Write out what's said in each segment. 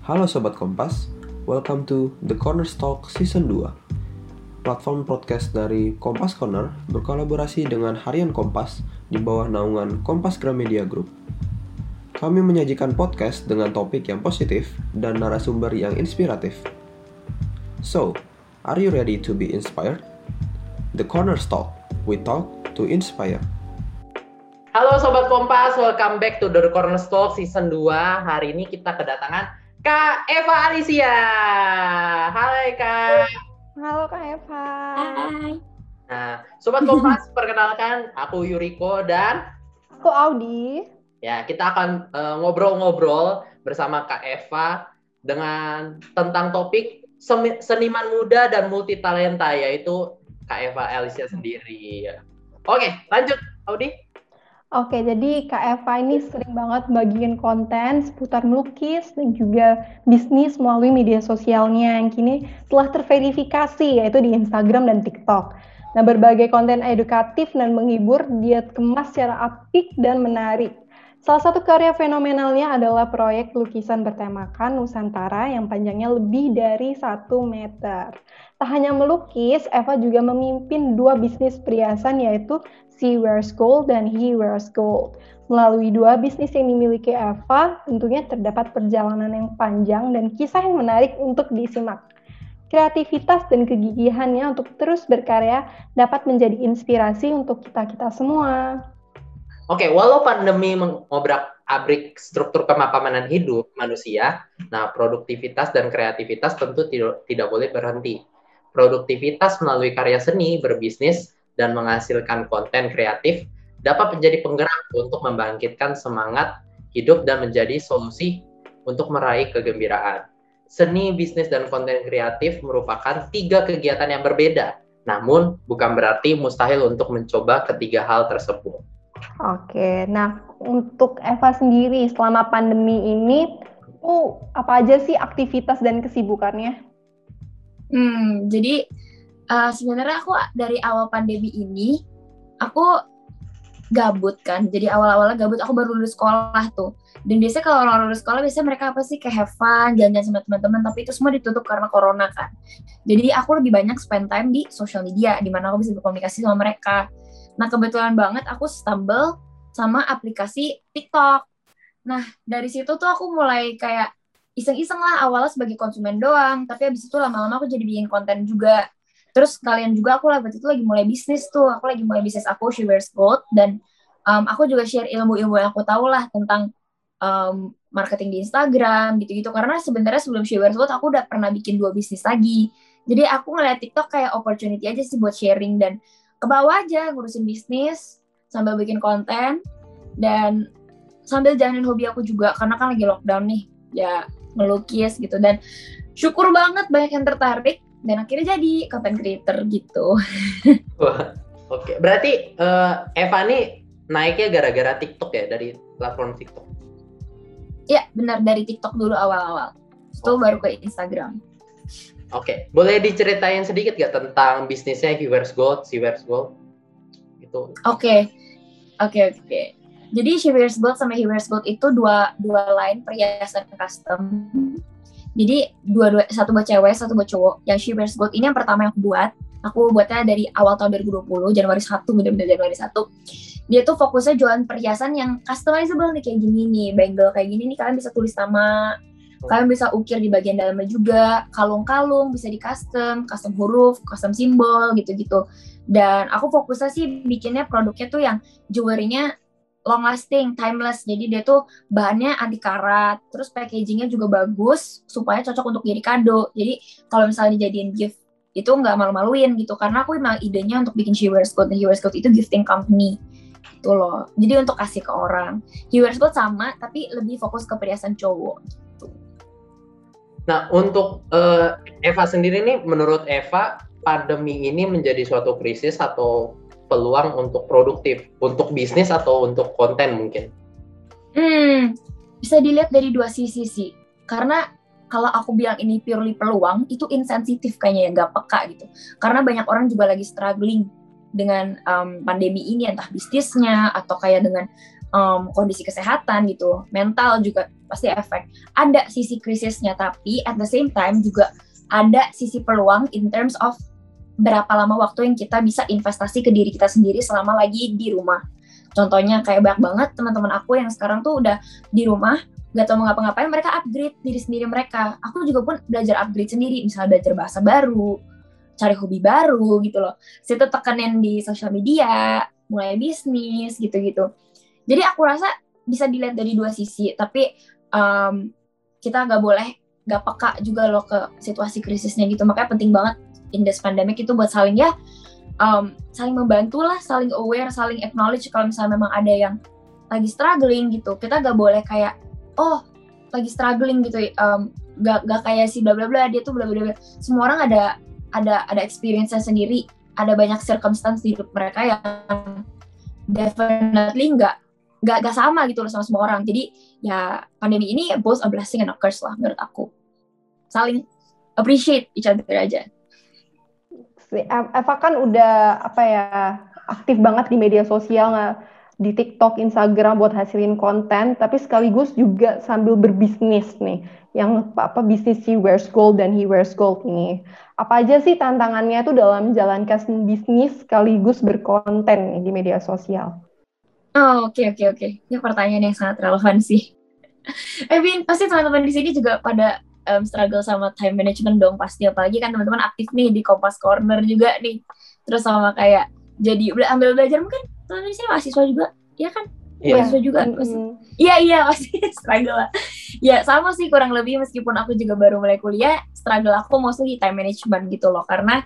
Halo Sobat Kompas, welcome to The Corner Talk Season 2. Platform podcast dari Kompas Corner berkolaborasi dengan Harian Kompas di bawah naungan Kompas Gramedia Group. Kami menyajikan podcast dengan topik yang positif dan narasumber yang inspiratif. So, are you ready to be inspired? The Corner Talk, we talk to inspire. Halo Sobat Kompas, welcome back to The Corner Talk Season 2. Hari ini kita kedatangan Kak Eva Alicia. Hai Kak. Halo Kak Eva. Hai. Nah, Sobat Kompas, perkenalkan aku Yuriko dan Aku Audi. ya kita akan ngobrol-ngobrol bersama Kak Eva dengan tentang topik seniman muda dan multitalenta, yaitu Kak Eva Alicia sendiri. Oke, lanjut Audi. Oke, jadi Kak Eva ini sering banget bagiin konten seputar melukis dan juga bisnis melalui media sosialnya yang kini telah terverifikasi, yaitu di Instagram dan TikTok. Nah, berbagai konten edukatif dan menghibur dia kemas secara apik dan menarik. Salah satu karya fenomenalnya adalah proyek lukisan bertemakan Nusantara yang panjangnya lebih dari 1 meter. Tak hanya melukis, Eva juga memimpin 2 bisnis perhiasan, yaitu She Wears Gold dan He Wears Gold. Melalui 2 bisnis yang dimiliki Eva, tentunya terdapat perjalanan yang panjang dan kisah yang menarik untuk disimak. Kreativitas dan kegigihannya untuk terus berkarya dapat menjadi inspirasi untuk kita-kita semua. Oke, walau pandemi mengobrak-abrik struktur kemapanan hidup manusia, nah produktivitas dan kreativitas tentu tidak boleh berhenti. Produktivitas melalui karya seni, berbisnis, dan menghasilkan konten kreatif dapat menjadi penggerak untuk membangkitkan semangat hidup dan menjadi solusi untuk meraih kegembiraan. Seni, bisnis, dan konten kreatif merupakan 3 kegiatan yang berbeda, namun bukan berarti mustahil untuk mencoba ketiga hal tersebut. Oke, nah untuk Eva sendiri selama pandemi ini, apa aja sih aktivitas dan kesibukannya? Jadi sebenarnya aku dari awal pandemi ini, aku gabut kan. Jadi awal-awalnya gabut, aku baru lulus sekolah tuh. Dan biasanya kalau orang lulus sekolah, biasanya mereka apa sih, kayak have fun, jalan-jalan sama teman-teman, tapi itu semua ditutup karena corona kan. Jadi aku lebih banyak spend time di social media, di mana aku bisa berkomunikasi sama mereka. Nah kebetulan banget aku stumble sama aplikasi TikTok. Nah dari situ tuh aku mulai kayak iseng-iseng lah, awalnya sebagai konsumen doang, tapi abis itu lama-lama aku jadi bikin konten juga. Terus kalian juga, aku waktu itu lagi mulai bisnis tuh, aku lagi mulai bisnis aku, She Wears Gold, dan aku juga share ilmu-ilmu yang aku tahu lah tentang marketing di Instagram, gitu-gitu, karena sebenarnya sebelum She Wears Gold, aku udah pernah bikin 2 bisnis lagi. Jadi aku ngeliat TikTok kayak opportunity aja sih buat sharing, dan ke bawah aja ngurusin bisnis, sambil bikin konten, dan sambil jalanin hobi aku juga, karena kan lagi lockdown nih, ya melukis gitu, dan syukur banget banyak yang tertarik, dan akhirnya jadi content creator gitu. Wah, oke. Berarti Eva nih naiknya gara-gara TikTok ya, dari platform TikTok? Iya, benar, dari TikTok dulu awal-awal. Itu baru ke Instagram. Oke, boleh diceritain sedikit gak tentang bisnisnya He Wears Gold, She Wears Gold? Itu. Oke. Jadi She Wears Gold sama He Wears Gold itu dua line perhiasan custom. Jadi satu buat cewek, satu buat cowok. Yang She Wears Gold ini yang pertama yang aku buatnya dari awal tahun 2020, Januari 1, bener-bener Januari 1. Dia tuh fokusnya jualan perhiasan yang customizable nih, kayak gini nih, bangle kayak gini nih, kalian bisa tulis nama, kalian bisa ukir di bagian dalamnya juga, kalung-kalung bisa di custom huruf, custom simbol, gitu-gitu. Dan aku fokusnya sih bikinnya produknya tuh yang jewelry-nya long lasting, timeless. Jadi dia tuh bahannya anti karat, terus packagingnya juga bagus supaya cocok untuk jadi kado. Jadi kalau misalnya dijadiin gift itu nggak malu-maluin gitu, karena aku emang idenya untuk bikin She Wears Gold, dan She Wears Gold itu gifting company gitu loh. Jadi untuk kasih ke orang. She Wears Gold sama, tapi lebih fokus ke perhiasan cowok gitu. Nah, untuk Eva sendiri nih, menurut Eva, pandemi ini menjadi suatu krisis atau peluang untuk produktif, untuk bisnis atau untuk konten mungkin? Bisa dilihat dari 2 sisi sih. Karena kalau aku bilang ini purely peluang, itu insensitif kayaknya ya, gak peka gitu. Karena banyak orang juga lagi struggling dengan pandemi ini, entah bisnisnya atau kayak dengan kondisi kesehatan gitu, mental juga pasti efek. Ada sisi krisisnya, tapi at the same time juga ada sisi peluang in terms of berapa lama waktu yang kita bisa investasi ke diri kita sendiri selama lagi di rumah. Contohnya kayak banyak banget teman-teman aku yang sekarang tuh udah di rumah, gak tau mau ngapa-ngapain, mereka upgrade diri sendiri mereka. Aku juga pun belajar upgrade sendiri, misalnya belajar bahasa baru, cari hobi baru gitu loh. Situ tekanin di sosial media, mulai bisnis gitu-gitu. Jadi aku rasa bisa dilihat dari dua sisi, tapi kita gak peka juga loh ke situasi krisisnya gitu. Makanya penting banget in this pandemic itu buat saling saling membantu lah, saling aware, saling acknowledge kalau misalnya memang ada yang lagi struggling gitu. Kita gak boleh kayak, oh lagi struggling gitu, gak kayak si bla bla bla, dia tuh bla bla bla. Semua orang ada experience-nya sendiri, ada banyak circumstance di hidup mereka yang definitely gak sama gitu loh sama semua orang. Jadi ya pandemi ini both a blessing and a curse lah menurut aku. Saling appreciate each other aja. Eva kan udah aktif banget di media sosial, di TikTok, Instagram buat hasilin konten, tapi sekaligus juga sambil berbisnis nih, yang bisnis She Wears Gold dan He Wears Gold ini. Apa aja sih tantangannya tuh dalam menjalankan bisnis sekaligus berkonten nih di media sosial? Oh, oke. Ini pertanyaan yang sangat relevan sih. Bin, pasti teman-teman di sini juga pada struggle sama time management dong pasti, apalagi kan teman-teman aktif nih di Kompas Corner juga nih, terus sama kayak jadi ambil belajar, mungkin teman-teman di sini mahasiswa juga, ya kan? Mahasiswa juga, iya pasti struggle lah. Ya sama sih kurang lebih, meskipun aku juga baru mulai kuliah, struggle aku mostly time management gitu loh, karena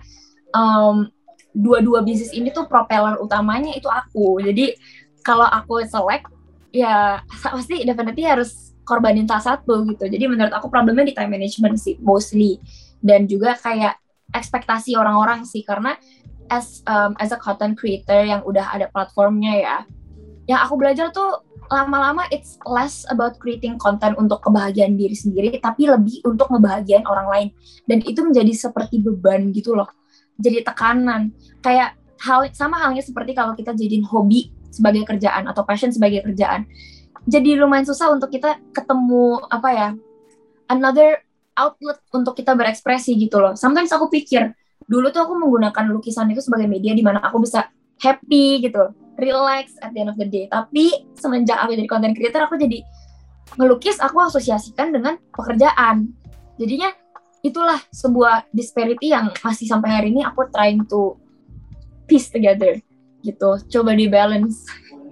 dua bisnis ini tuh propeller utamanya itu aku. Jadi kalau aku select, ya pasti definitely harus korbanin salah satu gitu. Jadi menurut aku problemnya di time management sih mostly, dan juga kayak ekspektasi orang-orang sih, karena as a content creator yang udah ada platformnya ya, yang aku belajar tuh lama-lama it's less about creating content untuk kebahagiaan diri sendiri, tapi lebih untuk ngebahagiain orang lain, dan itu menjadi seperti beban gitu loh, jadi tekanan. Kayak sama halnya seperti kalau kita jadiin hobi sebagai kerjaan atau passion sebagai kerjaan, jadi lumayan susah untuk kita ketemu another outlet untuk kita berekspresi gitu loh. Sometimes aku pikir dulu tuh aku menggunakan lukisan itu sebagai media di mana aku bisa happy gitu, relax at the end of the day. Tapi semenjak aku jadi content creator, aku jadi ngelukis aku asosiasikan dengan pekerjaan. Jadinya itulah sebuah disparity yang masih sampai hari ini aku trying to piece together gitu, coba di balance.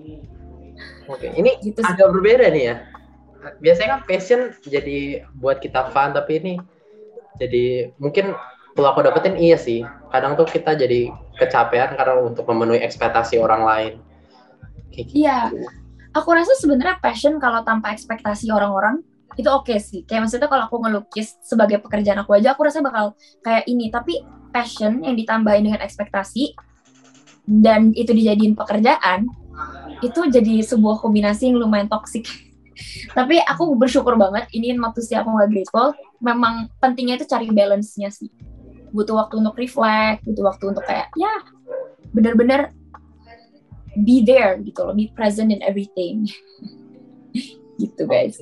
Oke, ini gitu agak berbeda nih ya. Biasanya kan passion jadi buat kita fun, tapi ini jadi mungkin kalau aku dapetin iya sih. Kadang tuh kita jadi kecapean karena untuk memenuhi ekspektasi orang lain. Iya, aku rasa sebenarnya passion kalau tanpa ekspektasi orang-orang itu oke sih. Kayak maksudnya kalau aku ngelukis sebagai pekerjaan aku aja, aku rasa bakal kayak ini. Tapi passion yang ditambahin dengan ekspektasi dan itu dijadiin pekerjaan, itu jadi sebuah kombinasi yang lumayan toksik. Tapi aku bersyukur banget, ini not to say aku gak grateful, memang pentingnya itu cari balance-nya sih. Butuh waktu untuk reflect, butuh waktu untuk kayak, ya benar-benar be there gitu loh, be present in everything. Gitu guys.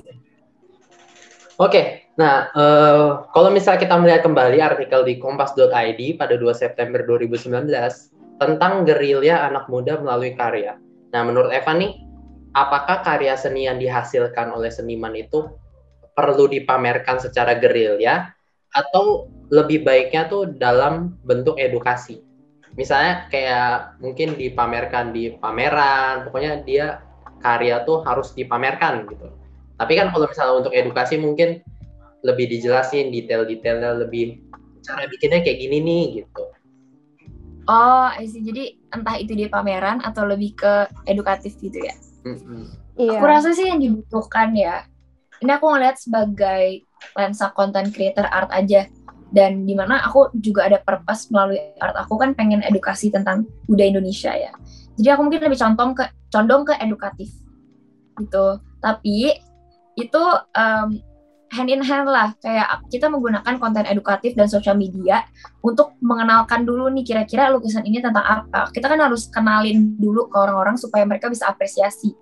Oke, nah kalau misalnya kita melihat kembali artikel di kompas.id pada 2 September 2019 tentang gerilya anak muda melalui karya. Nah, menurut Eva nih, apakah karya seni yang dihasilkan oleh seniman itu perlu dipamerkan secara gerilya atau lebih baiknya tuh dalam bentuk edukasi? Misalnya kayak mungkin dipamerkan di pameran, pokoknya dia karya tuh harus dipamerkan gitu. Tapi kan kalau misalnya untuk edukasi mungkin lebih dijelasin detail-detailnya, lebih cara bikinnya kayak gini nih gitu. Oh, I see. Jadi entah itu di pameran atau lebih ke edukatif gitu ya. Iya. Aku rasa sih yang dibutuhkan ya, ini aku ngeliat sebagai lensa content creator art aja, dan dimana aku juga ada purpose melalui art aku kan pengen edukasi tentang budaya Indonesia ya. Jadi aku mungkin lebih condong ke edukatif gitu. Tapi itu hand in hand lah, kayak kita menggunakan konten edukatif dan sosial media untuk mengenalkan dulu nih kira-kira lukisan ini tentang apa. Kita kan harus kenalin dulu ke orang-orang supaya mereka bisa apresiasi.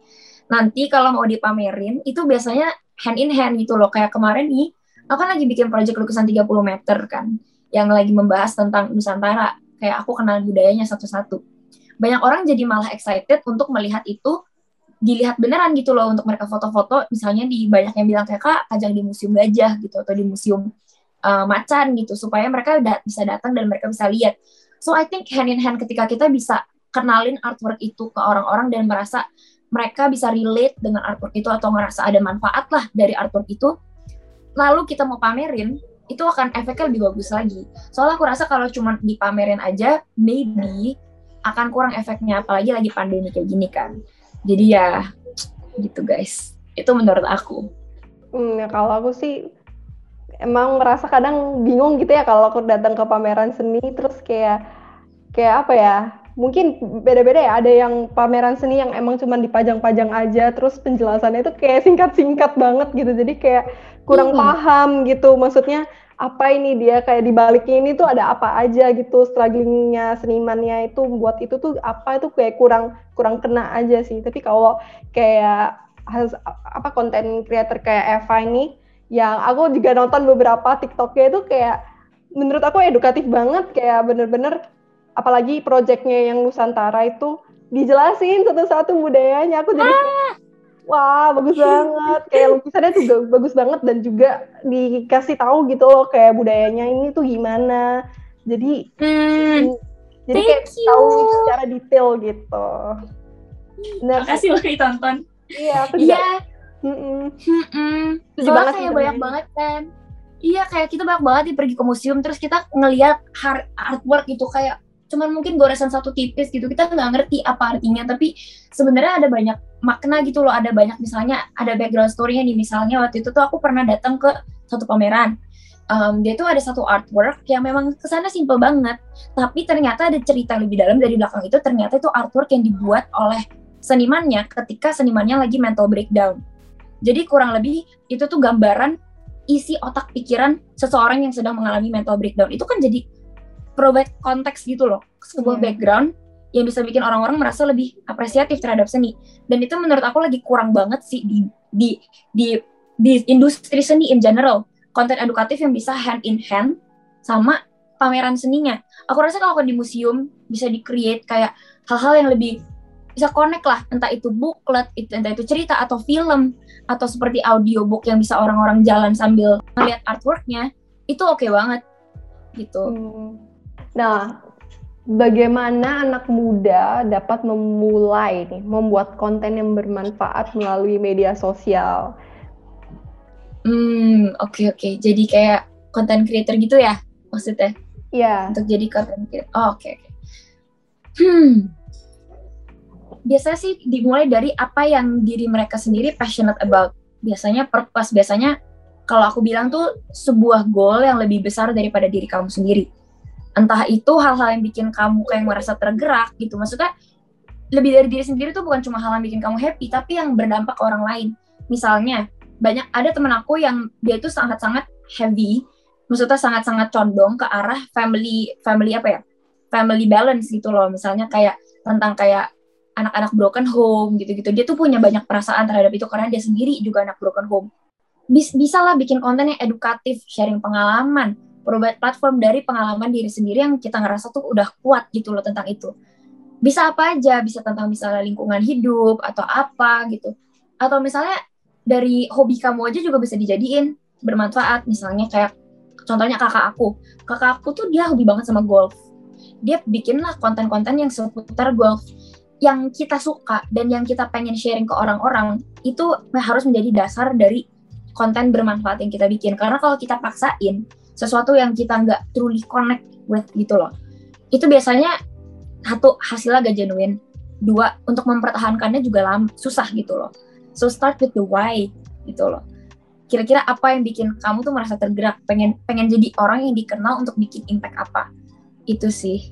nanti kalau mau dipamerin itu biasanya hand in hand gitu loh. Kayak kemarin nih, aku kan lagi bikin project lukisan 30 meter kan, yang lagi membahas tentang Nusantara. Kayak aku kenal budayanya satu-satu. Banyak orang jadi malah excited untuk melihat itu, dilihat beneran gitu loh, untuk mereka foto-foto. Misalnya banyak yang bilang kayak, Kak, pajang di Museum Gajah gitu, atau di Museum Macan gitu, supaya mereka bisa datang dan mereka bisa lihat. So I think hand in hand ketika kita bisa kenalin artwork itu ke orang-orang dan merasa mereka bisa relate dengan artwork itu atau ngerasa ada manfaat lah dari artwork itu, lalu kita mau pamerin, itu akan efeknya lebih bagus lagi. Soalnya aku rasa kalau cuma dipamerin aja, maybe akan kurang efeknya, apalagi lagi pandemi kayak gini kan. Jadi ya gitu guys, itu menurut aku. Ya kalau aku sih emang merasa kadang bingung gitu ya kalau aku datang ke pameran seni, terus kayak apa ya, mungkin beda-beda ya, ada yang pameran seni yang emang cuma dipajang-pajang aja, terus penjelasannya itu kayak singkat-singkat banget gitu, jadi kayak kurang paham gitu, maksudnya apa ini dia, kayak di baliknya ini tuh ada apa aja gitu, strugglingnya senimannya itu buat itu tuh apa, itu kayak kurang kena aja sih. Tapi kalau kayak konten creator kayak Eva ini, yang aku juga nonton beberapa TikToknya itu kayak menurut aku edukatif banget, kayak bener-bener, apalagi projectnya yang Nusantara itu dijelasin satu-satu budayanya, aku jadi wah bagus banget, kayak lukisannya tuh bagus banget, dan juga dikasih tahu gitu loh kayak budayanya ini tuh gimana, jadi kayak tahu secara detail gitu. Makasih loh ditonton. Iya, aku juga. Soalnya kayak banyak banget kan. Iya, kayak kita banyak banget pergi ke museum, terus kita ngelihat artwork gitu, kayak cuman mungkin goresan satu tipis gitu, kita nggak ngerti apa artinya, tapi sebenarnya ada banyak makna gitu loh, ada banyak, misalnya ada background story-nya nih. Misalnya waktu itu tuh aku pernah datang ke satu pameran, dia tuh ada satu artwork yang memang kesannya simple banget, tapi ternyata ada cerita lebih dalam dari belakang itu. Ternyata itu artwork yang dibuat oleh senimannya ketika senimannya lagi mental breakdown. Jadi kurang lebih itu tuh gambaran isi otak pikiran seseorang yang sedang mengalami mental breakdown. Itu kan jadi provide konteks gitu loh, sebuah background yang bisa bikin orang-orang merasa lebih apresiatif terhadap seni. Dan itu menurut aku lagi kurang banget sih di industri seni in general. Konten edukatif yang bisa hand in hand sama pameran seninya. Aku rasa kalau di museum bisa di-create kayak hal-hal yang lebih bisa connect lah, entah itu booklet, entah itu cerita atau film, atau seperti audiobook yang bisa orang-orang jalan sambil ngeliat artworknya, itu oke banget gitu. Nah, bagaimana anak muda dapat memulai membuat konten yang bermanfaat melalui media sosial? Oke. Jadi kayak content creator gitu ya maksudnya? Iya. Untuk jadi content creator. Oke. Biasanya sih dimulai dari apa yang diri mereka sendiri passionate about. Biasanya purpose, biasanya kalau aku bilang tuh sebuah goal yang lebih besar daripada diri kamu sendiri. Entah itu hal-hal yang bikin kamu kayak merasa tergerak gitu. Maksudnya lebih dari diri sendiri tuh bukan cuma hal yang bikin kamu happy, tapi yang berdampak ke orang lain. Misalnya, ada temen aku yang dia itu sangat-sangat heavy, maksudnya sangat-sangat condong ke arah family balance gitu loh. Misalnya kayak tentang kayak anak-anak broken home gitu-gitu. Dia tuh punya banyak perasaan terhadap itu karena dia sendiri juga anak broken home. Bisa lah bikin konten yang edukatif, sharing pengalaman, provide platform dari pengalaman diri sendiri yang kita ngerasa tuh udah kuat gitu loh tentang itu. Bisa apa aja, bisa tentang misalnya lingkungan hidup atau apa gitu. Atau misalnya dari hobi kamu aja juga bisa dijadiin bermanfaat. Misalnya kayak contohnya kakak aku tuh dia hobi banget sama golf. Dia bikinlah konten-konten yang seputar golf yang kita suka dan yang kita pengen sharing ke orang-orang. Itu harus menjadi dasar dari konten bermanfaat yang kita bikin. Karena kalau kita paksain sesuatu yang kita nggak truly connect with gitu loh, itu biasanya satu, hasilnya gak genuine. Dua, untuk mempertahankannya juga susah gitu loh. So start with the why gitu loh. Kira-kira apa yang bikin kamu tuh merasa tergerak, pengen jadi orang yang dikenal untuk bikin impact apa. Itu sih.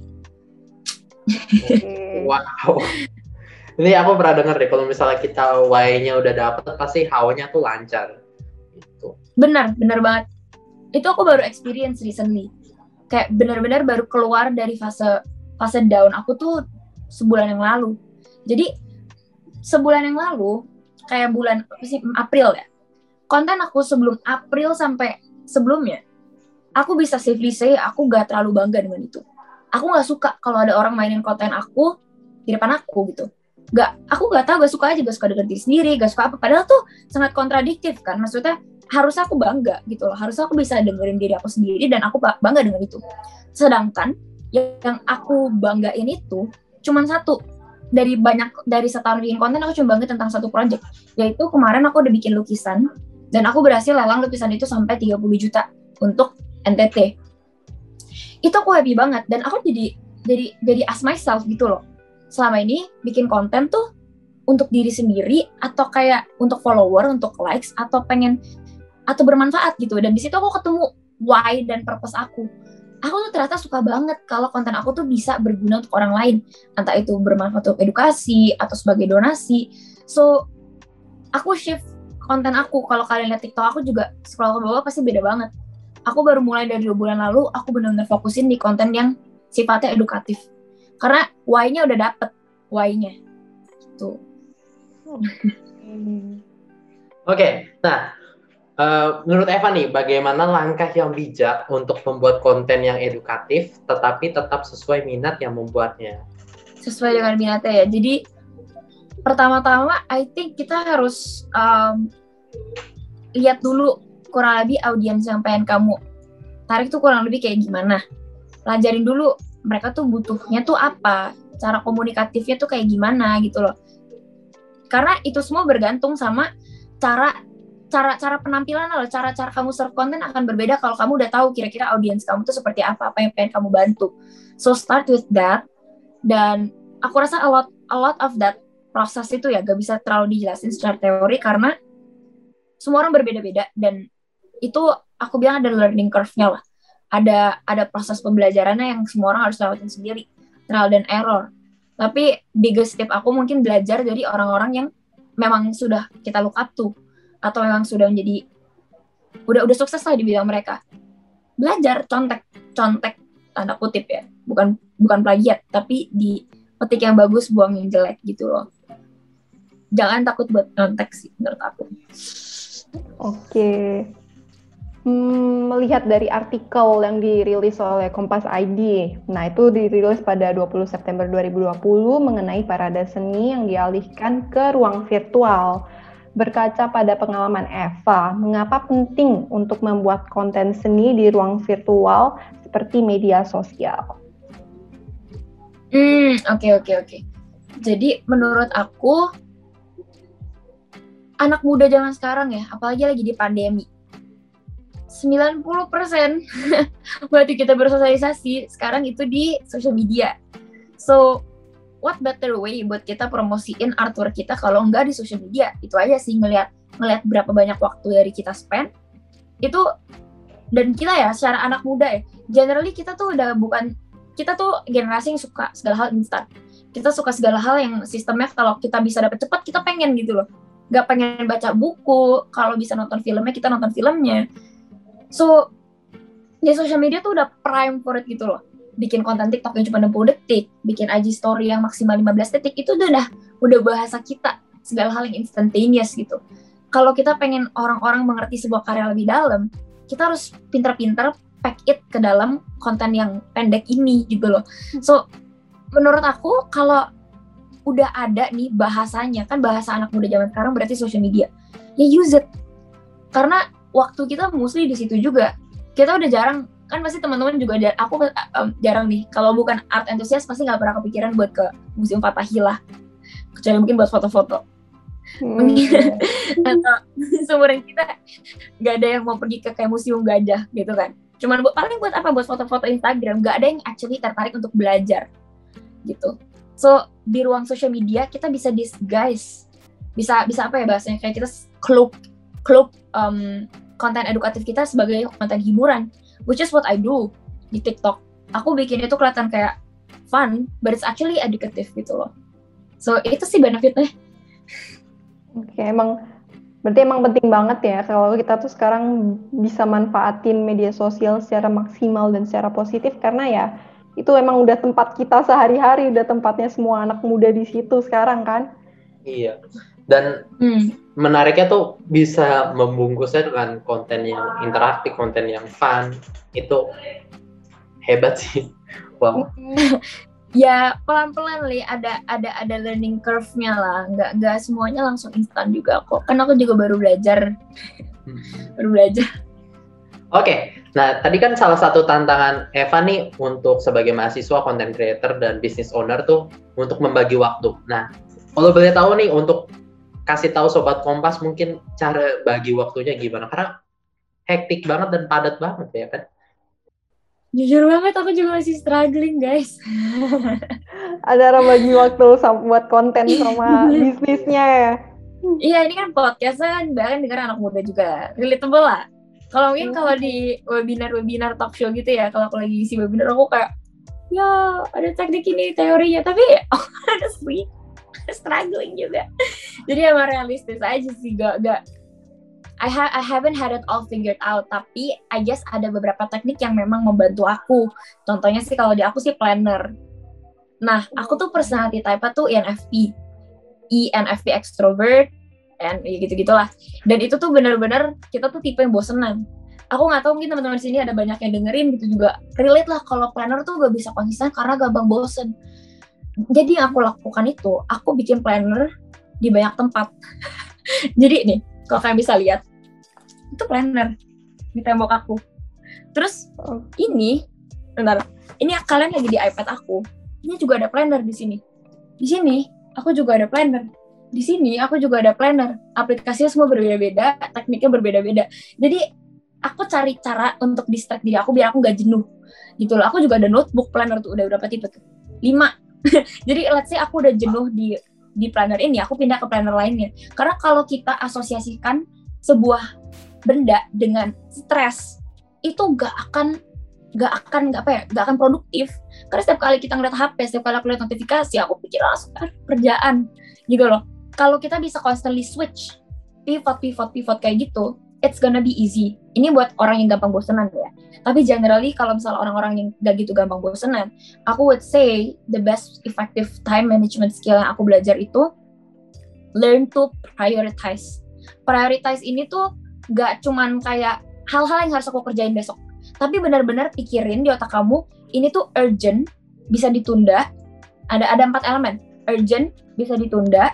Wow. Ini aku pernah dengar deh, kalau misalnya kita why-nya udah dapet, pasti how-nya tuh lancar. Gitu. Benar banget. Itu aku baru experience recently. Kayak benar-benar baru keluar dari fase down aku tuh sebulan yang lalu. Jadi sebulan yang lalu kayak bulan apa sih, April ya. Konten aku sebelum April sampai sebelumnya, aku bisa safely say aku gak terlalu bangga dengan itu. Aku gak suka kalau ada orang mainin konten aku di depan aku gitu. Aku gak tahu, gak suka aja, gak suka dengan diri sendiri, gak suka apa. Padahal tuh sangat kontradiktif kan. Maksudnya harus aku bangga gitu loh. Harus aku bisa dengerin diri aku sendiri dan aku bangga dengan itu. Sedangkan yang aku banggain itu cuman satu. Dari setahun bikin konten aku cuma bangga tentang satu project. Yaitu kemarin aku udah bikin lukisan dan aku berhasil lelang lukisan itu sampai 30 juta untuk NTT. Itu aku happy banget dan aku jadi as myself gitu loh. Selama ini bikin konten tuh untuk diri sendiri atau kayak untuk follower, untuk likes atau bermanfaat gitu. Dan di situ aku ketemu why dan purpose aku. Aku tuh ternyata suka banget kalau konten aku tuh bisa berguna untuk orang lain, entah itu bermanfaat untuk edukasi atau sebagai donasi. So aku shift konten aku. Kalau kalian lihat TikTok aku juga scroll ke bawah pasti beda banget. Aku baru mulai dari 2 bulan lalu, aku benar-benar fokusin di konten yang sifatnya edukatif. Karena why-nya udah dapet, why-nya. Gitu. Oke, nah menurut Eva nih, bagaimana langkah yang bijak untuk membuat konten yang edukatif, tetapi tetap sesuai minat yang membuatnya? Sesuai dengan minatnya ya. Jadi, pertama-tama, I think kita harus lihat dulu kurang lebih audiens yang pengen kamu tarik tuh kurang lebih kayak gimana. Pelajarin dulu mereka tuh butuhnya tuh apa, cara komunikatifnya tuh kayak gimana gitu loh. Karena itu semua bergantung sama cara penampilan loh, cara kamu serve konten akan berbeda kalau kamu udah tahu kira-kira audiens kamu tuh seperti apa yang pengen kamu bantu. So start with that. Dan aku rasa a lot of that proses itu ya gak bisa terlalu dijelasin secara teori karena semua orang berbeda-beda dan itu aku bilang ada learning curve-nya lah. Ada proses pembelajarannya yang semua orang harus lewatin sendiri, trial dan error. Tapi biggest tip aku mungkin belajar dari orang-orang yang memang sudah kita look up to atau memang sudah menjadi udah sukses lah di bidang mereka. Belajar contek tanda kutip ya, bukan plagiat, tapi di petik yang bagus buang yang jelek gitu loh. Jangan takut buat contek sih menurut aku. Oke. Melihat dari artikel yang dirilis oleh Kompas ID, nah itu dirilis pada 20 September 2020 mengenai parade seni yang dialihkan ke ruang virtual. Berkaca pada pengalaman Eva, mengapa penting untuk membuat konten seni di ruang virtual seperti media sosial? Oke. Jadi menurut aku, anak muda zaman sekarang ya, apalagi lagi di pandemi, 90% waktu kita bersosialisasi sekarang itu di social media. So, what better way buat kita promosiin artwork kita kalau enggak di social media? Itu aja sih, ngelihat berapa banyak waktu dari kita spend. Itu, dan kita ya, secara anak muda ya, generally kita tuh generasi yang suka segala hal instan. Kita suka segala hal yang sistemnya kalau kita bisa dapat cepat, kita pengen gitu loh. Gak pengen baca buku, kalau bisa nonton filmnya, kita nonton filmnya. So, ya social media tuh udah prime for it gitu loh. Bikin konten TikTok yang cuma 60 detik, bikin IG story yang maksimal 15 detik, itu udah bahasa kita, segala hal yang instantaneous gitu. Kalau kita pengen orang-orang mengerti sebuah karya lebih dalam, kita harus pinter-pinter pack it ke dalam konten yang pendek ini gitu loh. So, menurut aku kalau udah ada nih bahasanya, kan bahasa anak muda zaman sekarang berarti social media, ya use it. Karena waktu kita mostly di situ juga. Kita udah jarang, kan pasti teman-teman juga aku jarang nih. Kalau bukan art enthusiast pasti nggak pernah kepikiran buat ke Museum Fathahillah. Kecuali mungkin buat foto-foto. Atau seumuran kita nggak ada yang mau pergi ke kayak museum gajah gitu kan. Cuman paling buat apa? Buat foto-foto Instagram. Nggak ada yang actually tertarik untuk belajar gitu. So di ruang social media kita bisa disguise, bisa apa ya bahasanya, kayak kita klub konten edukatif kita sebagai konten hiburan, which is what I do di TikTok. Aku bikin itu kelihatan kayak fun, but it's actually educative gitu loh. So itu sih benefitnya. Oke, berarti emang penting banget ya kalau kita tuh sekarang bisa manfaatin media sosial secara maksimal dan secara positif, karena ya itu emang udah tempat kita sehari-hari, udah tempatnya semua anak muda di situ sekarang kan. Iya. Dan Hmm. menariknya tuh bisa membungkusnya dengan konten yang interaktif, konten yang fun. Itu hebat sih. Wow. Ya pelan-pelan ada learning curve-nya lah. Nggak semuanya langsung instan juga kok. Kan aku juga baru belajar. Oke, nah tadi kan salah satu tantangan Eva nih untuk sebagai mahasiswa, content creator, dan business owner tuh untuk membagi waktu. Nah, kalau boleh tahu nih untuk kasih tahu Sobat Kompas mungkin cara bagi waktunya gimana? Karena hektik banget dan padat banget ya kan? Jujur banget aku juga masih struggling guys. Ada orang bagi waktu buat konten sama bisnisnya ya. Iya ini kan podcastnya kan bahkan dengar anak muda juga, relatable lah. Kalau mungkin kalau di webinar talk show gitu ya, kalau aku lagi isi webinar aku kayak ya ada teknik ini teorinya, tapi honestly struggling juga. Jadi emang realistis aja sih, gak I haven't had it all figured out, tapi I guess ada beberapa teknik yang memang membantu aku. Contohnya sih kalau di aku sih planner. Nah, aku tuh personality type-nya tuh ENFP extrovert, and gitu-gitulah. Dan itu tuh bener-bener kita tuh tipe yang bosenan. Aku nggak tahu mungkin teman-teman di sini ada banyak yang dengerin gitu juga. Relate lah kalau planner tuh gak bisa konsisten karena gampang bosen. Jadi yang aku lakukan itu, aku bikin planner di banyak tempat. Jadi nih, kalau kalian bisa lihat, itu planner di tembok aku. Terus ini, bentar, ini kalian lagi di iPad aku. Ini juga ada planner di sini. Di sini aku juga ada planner. Di sini aku juga ada planner. Aplikasinya semua berbeda-beda, tekniknya berbeda-beda. Jadi aku cari cara untuk distract diri aku biar aku nggak jenuh. Gitu loh. Aku juga ada notebook planner tuh, udah berapa tipe tuh? 5. Jadi let's say aku udah jenuh di planner ini, aku pindah ke planner lainnya. Karena kalau kita asosiasikan sebuah benda dengan stres, itu gak akan produktif. Karena setiap kali kita ngeliat HP, setiap kali aku lihat notifikasi, aku pikir langsung kerjaan gitu loh. Kalau kita bisa constantly switch, pivot kayak gitu, it's gonna be easy. Ini buat orang yang gampang bosenan ya. Tapi generally kalau misalnya orang-orang yang gak gitu gampang bosenan, aku would say the best effective time management skill yang aku belajar itu learn to prioritize. Prioritize ini tuh gak cuman kayak hal-hal yang harus aku kerjain besok, tapi benar-benar pikirin di otak kamu, ini tuh urgent, bisa ditunda. Ada 4 elemen. Urgent, bisa ditunda.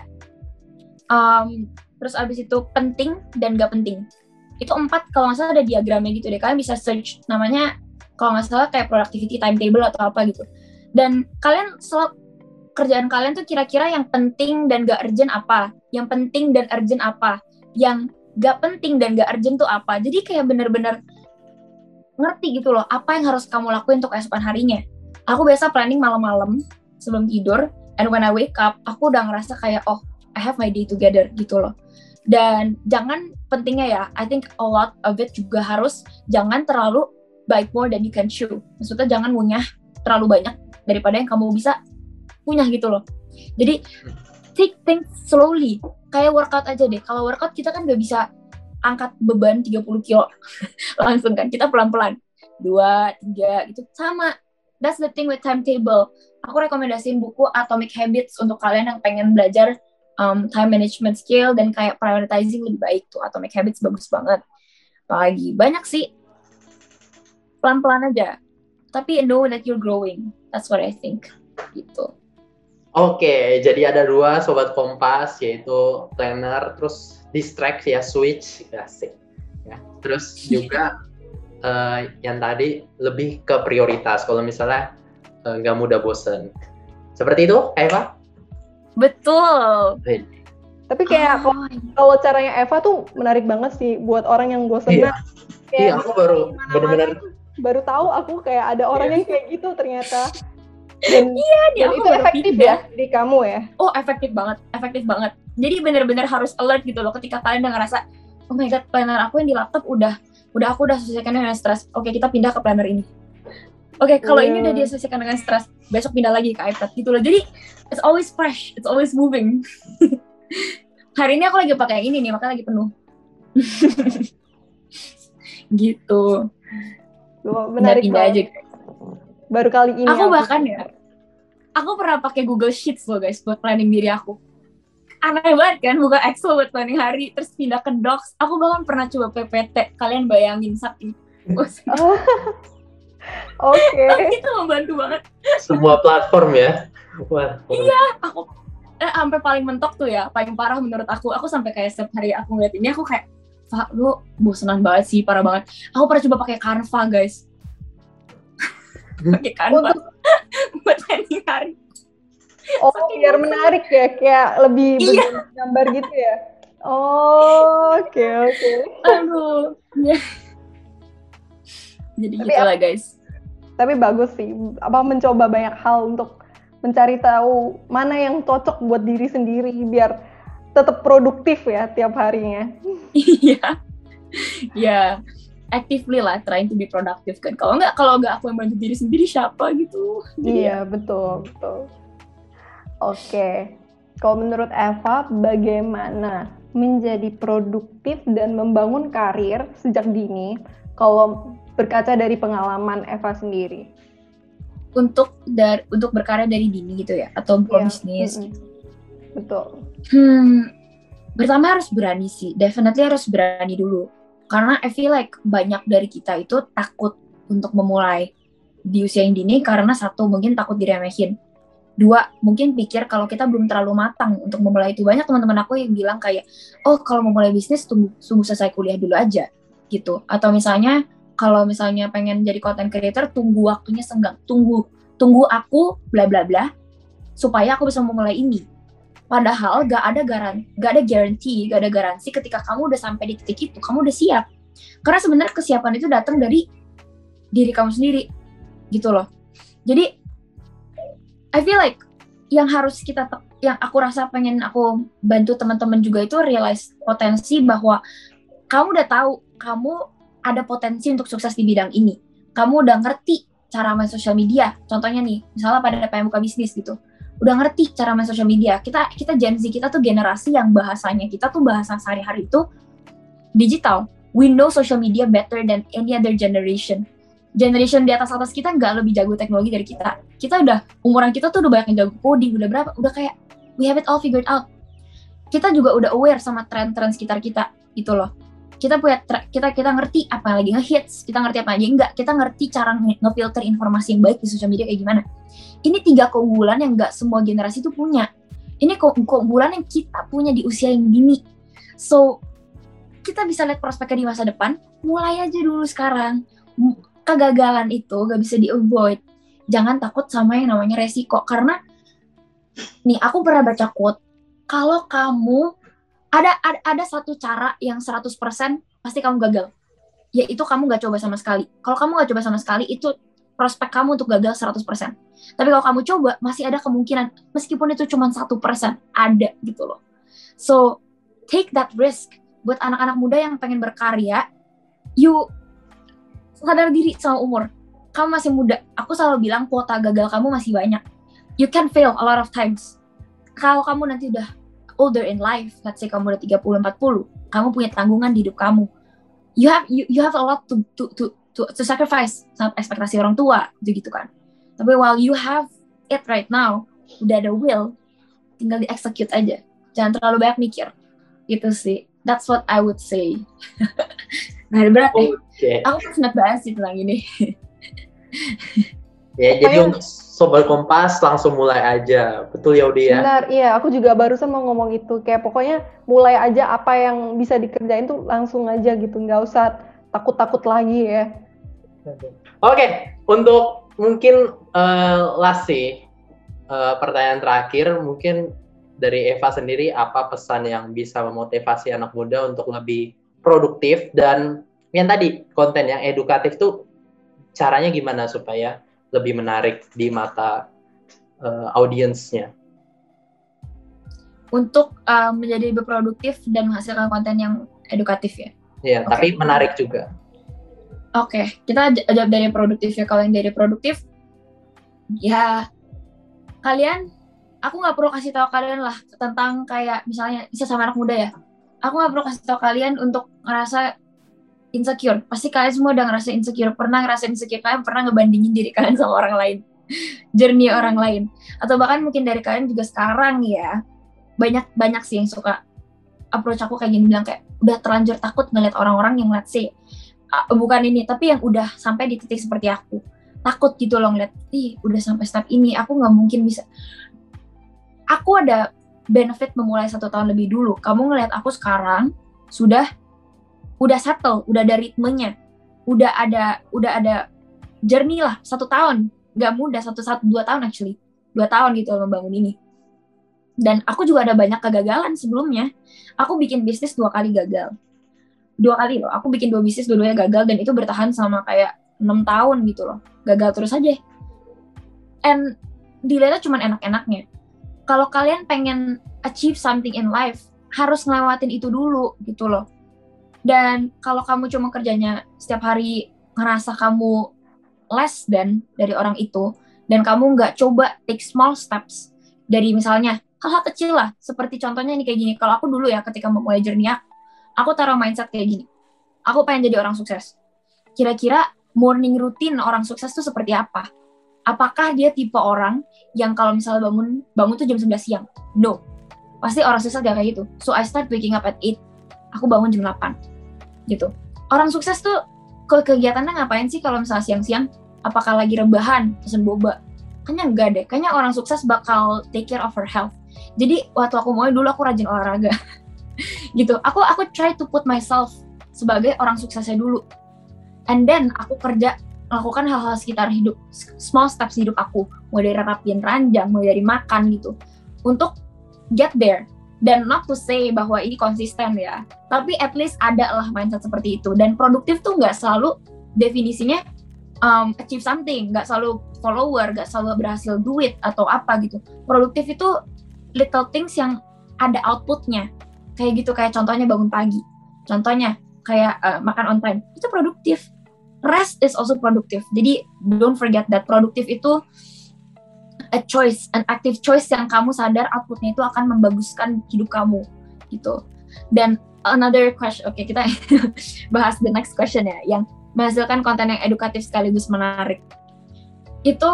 Terus abis itu penting dan gak penting. Itu 4 kalau nggak salah ada diagramnya gitu deh. Kalian bisa search namanya kalau nggak salah kayak productivity timetable atau apa gitu. Dan kalian slot kerjaan kalian tuh kira-kira yang penting dan gak urgent apa, yang penting dan urgent apa, yang gak penting dan gak urgent tuh apa. Jadi kayak bener-bener ngerti gitu loh apa yang harus kamu lakuin untuk keesokan harinya. Aku biasa planning malam-malam sebelum tidur, and when I wake up aku udah ngerasa kayak oh I have my day together gitu loh. Dan jangan pentingnya ya, I think a lot of it juga harus jangan terlalu bite more than you can chew. Maksudnya jangan ngunyah terlalu banyak daripada yang kamu bisa punya gitu loh. Jadi take things slowly. Kayak workout aja deh. Kalau workout kita kan gak bisa angkat beban 30 kilo langsung kan. Kita pelan-pelan. 2, 3 gitu. Sama. That's the thing with timetable. Aku rekomendasiin buku Atomic Habits untuk kalian yang pengen belajar time management skill dan kayak prioritizing lebih baik tuh. Atomic Habits bagus banget. Apalagi banyak sih. Pelan-pelan aja. Tapi know that you're growing. That's what I think. Gitu. Oke, jadi ada 2 Sobat Kompas, yaitu planner, terus distract ya, switch, asik. Ya. Terus juga yang tadi lebih ke prioritas, kalau misalnya nggak mudah bosen. Seperti itu, Eva? Betul. Tapi kayak kalau caranya Eva tuh menarik banget sih buat orang yang bosen. Iya, aku benar-benar baru tahu aku kayak ada orang yang kayak gitu ternyata. Dan aku itu efektif ya di kamu ya? Oh, efektif banget. Jadi benar-benar harus alert gitu loh ketika kalian udah ngerasa, oh my god, planner aku yang di laptop udah aku udah selesaikan dengan stres. Oke, kita pindah ke planner ini. Oke, kalau ini udah dia selesaikan dengan stres, besok pindah lagi ke iPad gitu loh. Jadi it's always fresh, it's always moving. Hari ini aku lagi pakai yang ini nih, makanya lagi penuh. Gitu. Menarik pindah aja. Baru kali ini aku bahkan ya aku pernah pakai Google Sheets loh guys buat planning diri aku. aneh banget kan, buka Excel buat planning hari, terus pindah ke Docs. Aku bahkan pernah coba PPT, kalian bayangin saking. Oke. Tapi itu membantu banget. Semua platform ya. Wah. Iya, aku sampai paling mentok tuh ya, paling parah menurut aku sampai kayak setiap hari aku ngeliat ini, aku kayak, Pak, lu bosenan banget sih, parah banget. Aku pernah coba pakai Canva, guys. Pakai Canva buat planning hari. Oh, biar menarik ya, kayak lebih gambar gitu ya. Oh, oke. Aduh. Jadi gitu lah, guys. Tapi bagus sih, mencoba banyak hal untuk mencari tahu mana yang cocok buat diri sendiri biar tetap produktif ya tiap harinya. Iya. Ya, actively lah trying to be productive kan. Kalau nggak aku yang bantu diri sendiri siapa gitu. Iya, betul. Oke. Kalau menurut Eva, bagaimana menjadi produktif dan membangun karir sejak dini kalau berkaca dari pengalaman Eva sendiri? Untuk berkarya dari dini gitu ya, atau bisnis. Betul. Pertama harus berani sih, definitely harus berani dulu. Karena I feel like banyak dari kita itu takut untuk memulai di usia yang dini karena satu, mungkin takut diremehin. Dua, mungkin pikir kalau kita belum terlalu matang untuk memulai itu. Banyak teman-teman aku yang bilang kayak, oh kalau memulai bisnis tunggu selesai kuliah dulu aja gitu. Atau misalnya kalau misalnya pengen jadi content creator, tunggu waktunya senggang, tunggu aku bla bla bla supaya aku bisa memulai ini. Padahal gak ada garansi ketika kamu udah sampai di titik itu, kamu udah siap. Karena sebenarnya kesiapan itu datang dari diri kamu sendiri, gitu loh. Jadi I feel like yang aku rasa pengen aku bantu teman-teman juga itu realize potensi bahwa kamu udah tahu kamu ada potensi untuk sukses di bidang ini. Kamu udah ngerti cara main sosial media. Contohnya nih, misalnya pada pengen buka bisnis gitu. Udah ngerti cara main sosial media. Kita Gen Z, kita tuh generasi yang bahasanya kita tuh bahasa sehari-hari itu digital. We know social media better than any other generation. Generation di atas kita nggak lebih jago teknologi dari kita. Kita umuran kita tuh udah banyak yang jago coding, udah kayak we have it all figured out. Kita juga udah aware sama tren-tren sekitar kita gitu loh. Kita ngerti apa yang lagi ngehits, kita ngerti apa yang enggak, kita ngerti cara ngefilter informasi yang baik di sosial media kayak gimana. Ini 3 keunggulan yang nggak semua generasi itu punya. Ini keunggulan yang kita punya di usia yang dini. So, kita bisa lihat prospeknya di masa depan, mulai aja dulu sekarang. Kegagalan itu nggak bisa di-avoid. Jangan takut sama yang namanya resiko. Karena, nih aku pernah baca quote, kalau kamu ada satu cara yang 100% pasti kamu gagal. Yaitu kamu gak coba sama sekali. Kalau kamu gak coba sama sekali, itu prospek kamu untuk gagal 100%. Tapi kalau kamu coba, masih ada kemungkinan, meskipun itu cuma 1%, ada gitu loh. So, take that risk. Buat anak-anak muda yang pengen berkarya, you sadar diri sama umur. Kamu masih muda. Aku selalu bilang kuota gagal kamu masih banyak. You can fail a lot of times. Kalau kamu nanti udah older in life, let's say kamu udah 30-40, kamu punya tanggungan di hidup kamu. You have a lot to sacrifice sama ekspektasi orang tua, gitu kan. Tapi while you have it right now, udah ada will, tinggal di-execute aja. Jangan terlalu banyak mikir. Gitu sih. That's what I would say. Nah, berat Okay. Aku senang banget sih tentang ini. Ya, jadi untuk Sobat Kompas langsung mulai aja. Betul ya, Udi ya? Benar, iya. Aku juga barusan mau ngomong itu. Kayak pokoknya mulai aja apa yang bisa dikerjain tuh langsung aja gitu. Nggak usah takut-takut lagi ya. Oke, untuk mungkin last sih, pertanyaan terakhir. Mungkin dari Eva sendiri, apa pesan yang bisa memotivasi anak muda untuk lebih produktif dan yang tadi, konten yang edukatif tuh caranya gimana supaya lebih menarik di mata audiensnya? Untuk menjadi lebih produktif dan menghasilkan konten yang edukatif ya? Iya, tapi menarik juga. Oke, kita jawab dari produktif ya. Kalau yang dari produktif, ya kalian, aku nggak perlu kasih tahu kalian lah tentang kayak misalnya bisa sama anak muda ya. Aku nggak perlu kasih tahu kalian untuk ngerasa insecure. Pasti kalian semua udah ngerasa insecure. Pernah ngerasa insecure, kalian pernah ngebandingin diri kalian sama orang lain. Journey orang lain. Atau bahkan mungkin dari kalian juga sekarang ya, banyak sih yang suka approach aku kayak gini, bilang kayak udah terlanjur takut ngeliat orang-orang yang let's say bukan ini, tapi yang udah sampai di titik seperti aku, takut gitu loh ngeliat, udah sampai step ini, aku nggak mungkin bisa. Aku ada benefit memulai 1 tahun lebih dulu. Kamu ngeliat aku sekarang udah settle, udah ada ritmenya, udah ada journey lah. 1 tahun, nggak mudah, 2 tahun actually, 2 tahun gitu loh membangun ini. Dan aku juga ada banyak kegagalan sebelumnya. Aku bikin bisnis 2 kali gagal. 2 kali loh, aku bikin 2 bisnis, dua-duanya gagal, dan itu bertahan sama kayak 6 tahun gitu loh. Gagal terus aja. And dilihatnya cuma enak-enaknya. Kalau kalian pengen achieve something in life, harus ngelewatin itu dulu gitu loh. Dan kalau kamu cuma kerjanya setiap hari ngerasa kamu less than dari orang itu, dan kamu nggak coba take small steps dari misalnya hal-hal kecil lah, seperti contohnya ini kayak gini. Kalau aku dulu ya, ketika memulai journey aku taruh mindset kayak gini. Aku pengen jadi orang sukses. Kira-kira morning routine orang sukses tuh seperti apa? Apakah dia tipe orang yang kalau misalnya bangun tuh jam 11 siang? No. Pasti orang sukses gak kayak gitu. So I start waking up at 8. Aku bangun jam 8. Gitu. Orang sukses tuh kegiatannya ngapain sih kalau misalnya siang-siang? Apakah lagi rebahan, pesen boba? Kayaknya enggak deh. Kayaknya orang sukses bakal take care of her health. Jadi waktu aku mulai dulu aku rajin olahraga. Gitu. Aku try to put myself sebagai orang suksesnya dulu. And then aku lakukan hal-hal sekitar hidup, small steps hidup aku, mulai dari rapiin ranjang, mulai dari makan gitu, untuk get there. Dan not to say bahwa ini konsisten ya, tapi at least ada lah mindset seperti itu. Dan produktif tuh nggak selalu definisinya achieve something, nggak selalu follower, nggak selalu berhasil duit atau apa gitu. Produktif itu little things yang ada outputnya, kayak gitu, kayak contohnya bangun pagi, contohnya kayak makan on time, itu produktif. Rest is also productive. Jadi don't forget that produktif itu a choice, an active choice yang kamu sadar outputnya itu akan membaguskan hidup kamu gitu. Dan another question, oke, kita bahas the next question ya, yang menghasilkan konten yang edukatif sekaligus menarik. Itu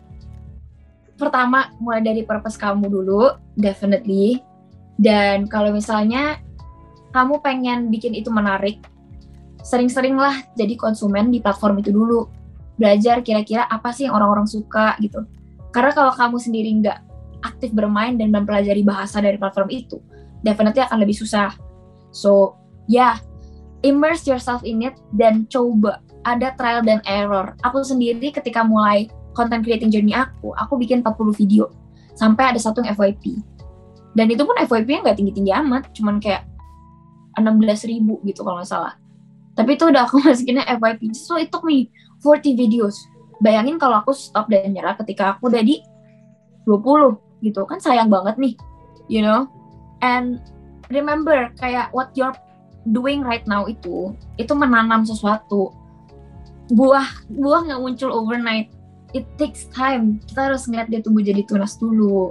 pertama mulai dari purpose kamu dulu, definitely. Dan kalau misalnya kamu pengen bikin itu menarik, sering-seringlah jadi konsumen di platform itu dulu. Belajar kira-kira apa sih yang orang-orang suka gitu. Karena kalau kamu sendiri nggak aktif bermain dan mempelajari bahasa dari platform itu, definitely akan lebih susah. So, immerse yourself in it dan coba. Ada trial dan error. Aku sendiri ketika mulai content creating journey aku bikin 40 video. Sampai ada satu yang FYP. Dan itu pun FYP-nya nggak tinggi-tinggi amat, cuman kayak 16.000 gitu kalau nggak salah. Tapi itu udah aku masukinnya FYP. So it took me 40 videos. Bayangin kalau aku stop dan nyerah ketika aku udah di 20 gitu. Kan sayang banget nih. You know? And remember, kayak what you're doing right now itu menanam sesuatu. Buah nggak muncul overnight. It takes time. Kita harus ngeliat dia tumbuh jadi tunas dulu.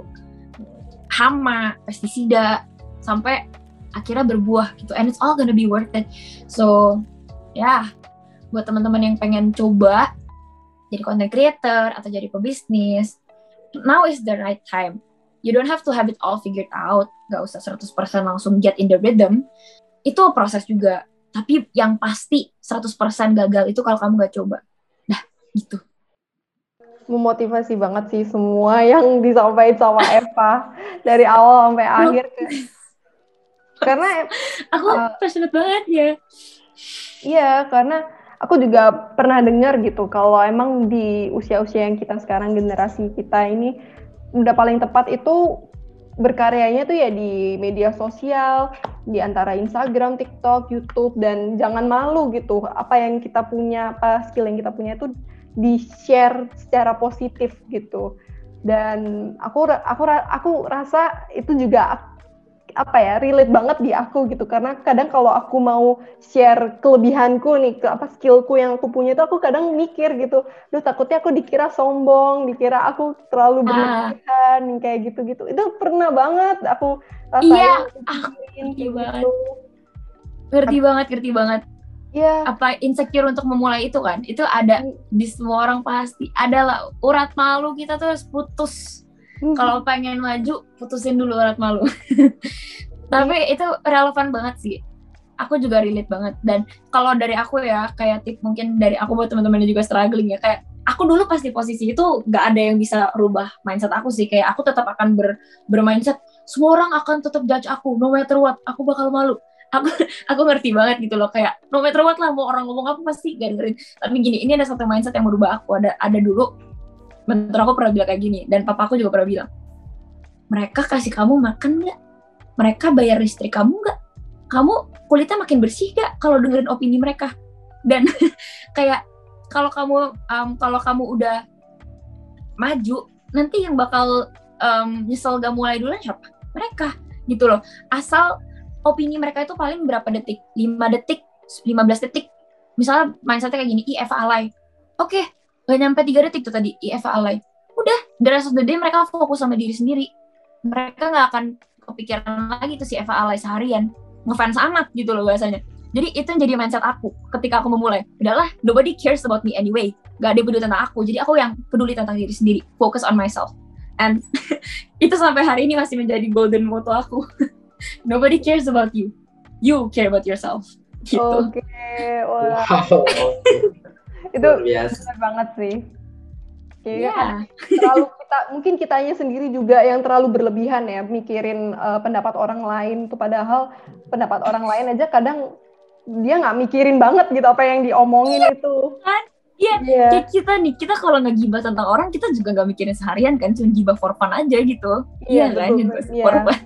Hama, pestisida, sampai akhirnya berbuah gitu. And it's all gonna be worth it. So, buat teman-teman yang pengen coba jadi content creator atau jadi pebisnis, now is the right time. You don't have to have it all figured out. Gak usah 100% langsung get in the rhythm. Itu proses juga. Tapi yang pasti 100% gagal itu kalau kamu gak coba. Dah, gitu. Memotivasi banget sih semua yang disampaikan sama Eva dari awal sampai akhir. Karena aku passionate banget ya. Iya, karena aku juga pernah dengar gitu kalau emang di usia-usia yang kita sekarang, generasi kita ini udah paling tepat itu berkaryanya tuh ya di media sosial, di antara Instagram, TikTok, YouTube, dan jangan malu gitu. Apa yang kita punya, apa skill yang kita punya itu di-share secara positif gitu. Dan aku rasa itu juga relate banget di aku gitu, karena kadang kalau aku mau share kelebihanku nih, skillku yang aku punya itu aku kadang mikir gitu, takutnya aku dikira sombong, dikira aku terlalu berlebihan, kayak gitu-gitu. Itu pernah banget aku rasain. Iya, ngerti banget. Iya. Apa insecure untuk memulai itu kan? Itu ada di semua orang pasti. Ada lah, urat malu kita tuh harus putus. Kalau pengen maju, putusin dulu urat malu. Tapi itu relevan banget sih. Aku juga relate banget. Dan kalau dari aku ya, kayak tip mungkin dari aku buat teman-teman yang juga struggling ya, kayak aku dulu pas di posisi itu gak ada yang bisa rubah mindset aku sih. Kayak aku tetap akan bermindset, semua orang akan tetap judge aku, no matter what, aku bakal malu. Aku ngerti banget gitu loh, kayak no matter what lah, mau orang ngomong apa pasti gak dengerin. Tapi gini, ini ada satu mindset yang merubah aku. Ada dulu, mentor aku pernah bilang kayak gini, dan papa aku juga pernah bilang, mereka kasih kamu makan gak? Mereka bayar listrik kamu gak? Kamu kulitnya makin bersih gak kalau dengerin opini mereka? Dan kayak kalau kamu udah maju, nanti yang bakal nyesel gak mulai duluan siapa? Mereka gitu loh. Asal opini mereka itu paling berapa detik? 5 detik, 15 detik. Misalnya mindsetnya kayak gini, Eva alay. Oke, gak nyampe 3 detik tuh tadi, Eva alay. Udah, the rest of the day mereka fokus sama diri sendiri. Mereka gak akan kepikiran lagi tuh si Eva alay seharian. Ngefans amat gitu loh bahasanya. Jadi itu yang jadi mindset aku ketika aku memulai. Udahlah, nobody cares about me anyway. Gak ada yang peduli tentang aku. Jadi aku yang peduli tentang diri sendiri. Focus on myself. And itu sampai hari ini masih menjadi golden motto aku. Nobody cares about you. You care about yourself. Gitu. Oke, wah. Wow. Itu Luar biasa. benar banget sih. Kayaknya Iya. terlalu mungkin kitanya sendiri juga yang terlalu berlebihan ya mikirin pendapat orang lain tuh, padahal pendapat orang lain aja kadang dia nggak mikirin banget gitu apa yang diomongin itu. Iya, Iya. kayak kita nih, kita kalau ngegibah tentang orang, kita juga nggak mikirin seharian kan, cuma gibah for fun aja gitu. Iya, kan, betul, gitu, iya. for fun.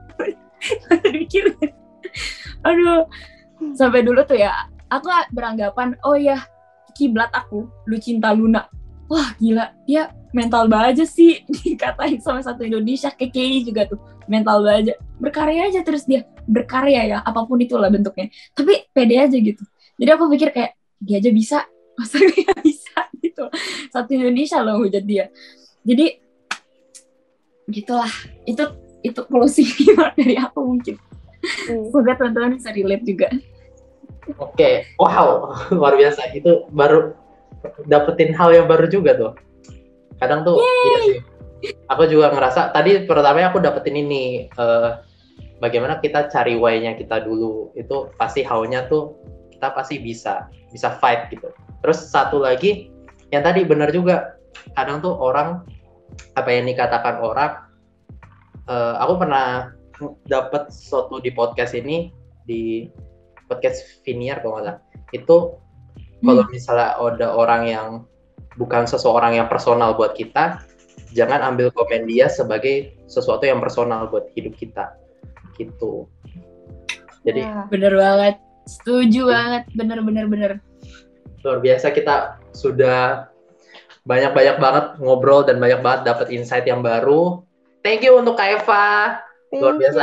Mikir, aduh, sampai dulu tuh ya, aku beranggapan, oh ya, kiblat aku, Lucinta Luna. Wah gila, dia mental baja sih, dikatain sama satu Indonesia, kayak Kay juga tuh, mental baja. Berkarya aja terus dia, berkarya ya, apapun itulah bentuknya. Tapi pede aja gitu. Jadi aku pikir kayak, dia aja bisa, masa dia bisa gitu. Satu Indonesia loh hujat dia. Jadi, gitulah, itu closing dari aku mungkin. Semoga teman-teman bisa relate juga. Oke, wow, luar biasa. Itu baru dapetin hal yang baru juga tuh. Kadang tuh, iya sih. Aku juga ngerasa, tadi pertamanya aku dapetin ini, bagaimana kita cari why-nya kita dulu. Itu pasti how-nya tuh, kita pasti bisa fight gitu. Terus satu lagi, yang tadi benar juga, kadang tuh orang, apa yang dikatakan orang, aku pernah dapet suatu di podcast ini, di podcast Viniar kalau nggak salah, itu kalau misalnya ada orang yang bukan seseorang yang personal buat kita, jangan ambil komen dia sebagai sesuatu yang personal buat hidup kita, gitu. Jadi bener banget, setuju banget, bener. luar biasa, kita sudah banyak banget ngobrol dan banyak banget dapat insight yang baru. Thank you untuk Kak Eva, luar biasa.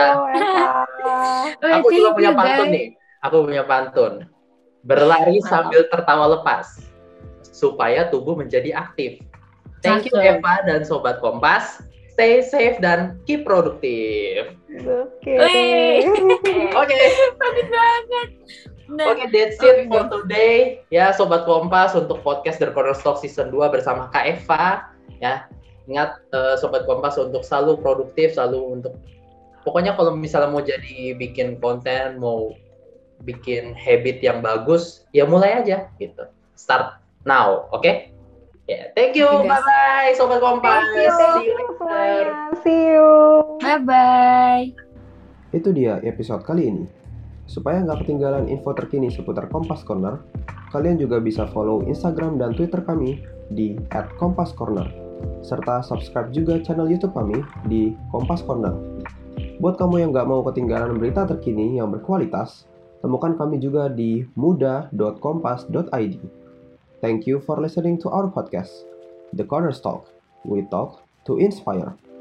Aku juga punya pantun nih. Aku punya pantun. Berlari sambil tertawa lepas, supaya tubuh menjadi aktif. Thank you Eva dan Sobat Kompas. Stay safe dan keep produktif. Oke. Bagus banget. Oke, that's it for today. Ya, Sobat Kompas, untuk podcast The Corner Stock Season 2 bersama Kak Eva. Ya, ingat Sobat Kompas untuk selalu produktif, selalu untuk... Pokoknya kalau misalnya mau jadi bikin konten, mau bikin habit yang bagus, ya mulai aja gitu. Start now, oke? Yeah, thank you, bye-bye Sobat Kompas. See you later. See you. Bye-bye. Itu dia episode kali ini. Supaya nggak ketinggalan info terkini seputar Kompas Corner, kalian juga bisa follow Instagram dan Twitter kami di @kompascorner, serta subscribe juga channel YouTube kami di Kompas Corner. Buat kamu yang nggak mau ketinggalan berita terkini yang berkualitas, temukan kami juga di muda.kompas.id. Thank you for listening to our podcast, The Corner Talk. We talk to inspire.